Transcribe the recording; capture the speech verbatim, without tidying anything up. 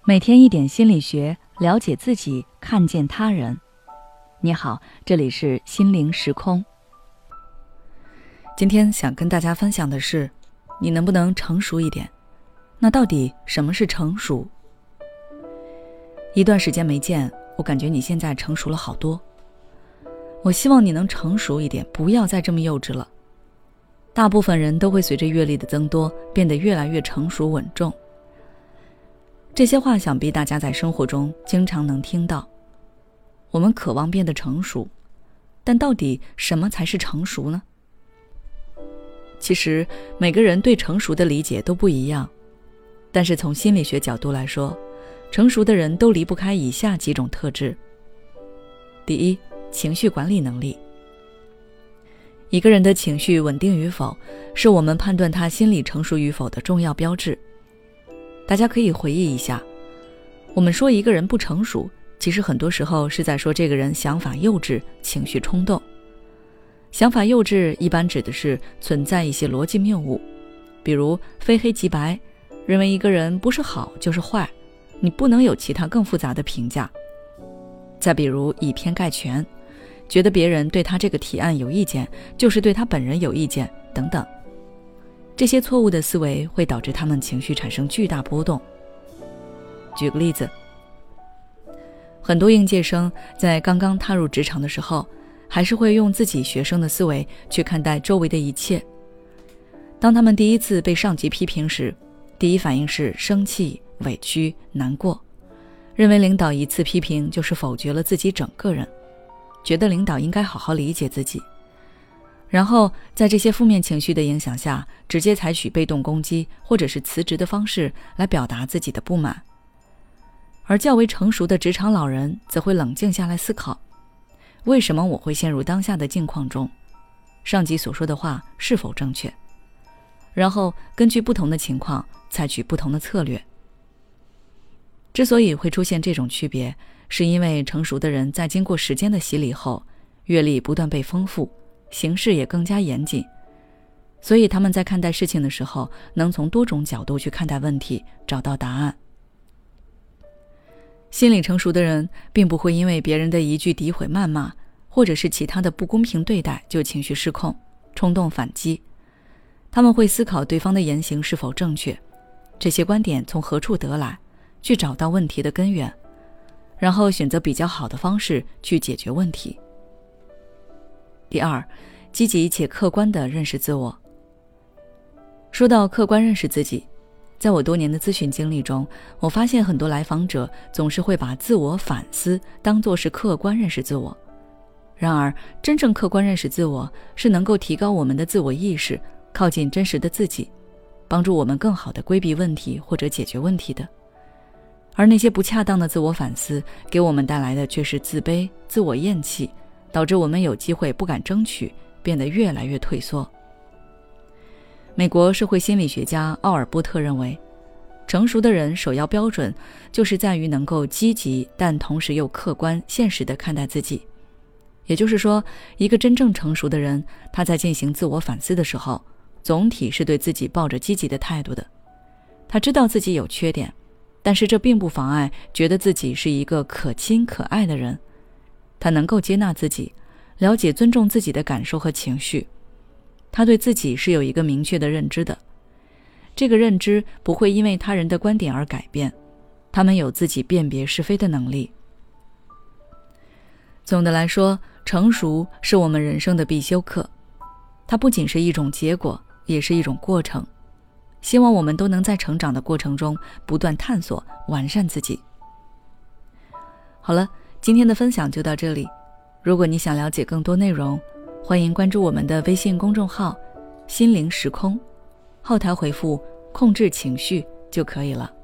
每天一点心理学，了解自己，看见他人。你好，这里是心灵时空。今天想跟大家分享的是，你能不能成熟一点？那到底什么是成熟？一段时间没见，我感觉你现在成熟了好多。我希望你能成熟一点，不要再这么幼稚了。大部分人都会随着阅历的增多，变得越来越成熟稳重。这些话想必大家在生活中经常能听到。我们渴望变得成熟，但到底什么才是成熟呢？其实每个人对成熟的理解都不一样，但是从心理学角度来说，成熟的人都离不开以下几种特质。第一，情绪管理能力。一个人的情绪稳定与否，是我们判断他心理成熟与否的重要标志。大家可以回忆一下，我们说一个人不成熟，其实很多时候是在说这个人想法幼稚，情绪冲动。想法幼稚一般指的是存在一些逻辑谬误，比如非黑即白，认为一个人不是好就是坏，你不能有其他更复杂的评价。再比如以偏概全，觉得别人对他这个提案有意见，就是对他本人有意见等等。这些错误的思维会导致他们情绪产生巨大波动。举个例子，很多应届生在刚刚踏入职场的时候，还是会用自己学生的思维去看待周围的一切。当他们第一次被上级批评时，第一反应是生气、委屈、难过，认为领导一次批评就是否决了自己整个人，觉得领导应该好好理解自己。然后在这些负面情绪的影响下，直接采取被动攻击或者是辞职的方式来表达自己的不满。而较为成熟的职场老人则会冷静下来思考，为什么我会陷入当下的境况中？上级所说的话是否正确？然后根据不同的情况采取不同的策略。之所以会出现这种区别，是因为成熟的人在经过时间的洗礼后，阅历不断被丰富，形势也更加严谨，所以他们在看待事情的时候，能从多种角度去看待问题，找到答案。心理成熟的人并不会因为别人的一句诋毁谩骂，或者是其他的不公平对待就情绪失控，冲动反击。他们会思考对方的言行是否正确，这些观点从何处得来，去找到问题的根源，然后选择比较好的方式去解决问题。第二，积极且客观地认识自我。说到客观认识自己，在我多年的咨询经历中，我发现很多来访者总是会把自我反思当作是客观认识自我。然而，真正客观认识自我，是能够提高我们的自我意识，靠近真实的自己，帮助我们更好地规避问题或者解决问题的。而那些不恰当的自我反思，给我们带来的却是自卑、自我厌弃，导致我们有机会不敢争取，变得越来越退缩。美国社会心理学家奥尔波特认为，成熟的人首要标准就是在于能够积极，但同时又客观、现实地看待自己。也就是说，一个真正成熟的人，他在进行自我反思的时候，总体是对自己抱着积极的态度的。他知道自己有缺点，但是这并不妨碍觉得自己是一个可亲可爱的人。他能够接纳自己，了解尊重自己的感受和情绪。他对自己是有一个明确的认知的，这个认知不会因为他人的观点而改变，他们有自己辨别是非的能力。总的来说，成熟是我们人生的必修课，它不仅是一种结果，也是一种过程。希望我们都能在成长的过程中不断探索、完善自己。好了，今天的分享就到这里。如果你想了解更多内容，欢迎关注我们的微信公众号心灵时空，后台回复控制情绪就可以了。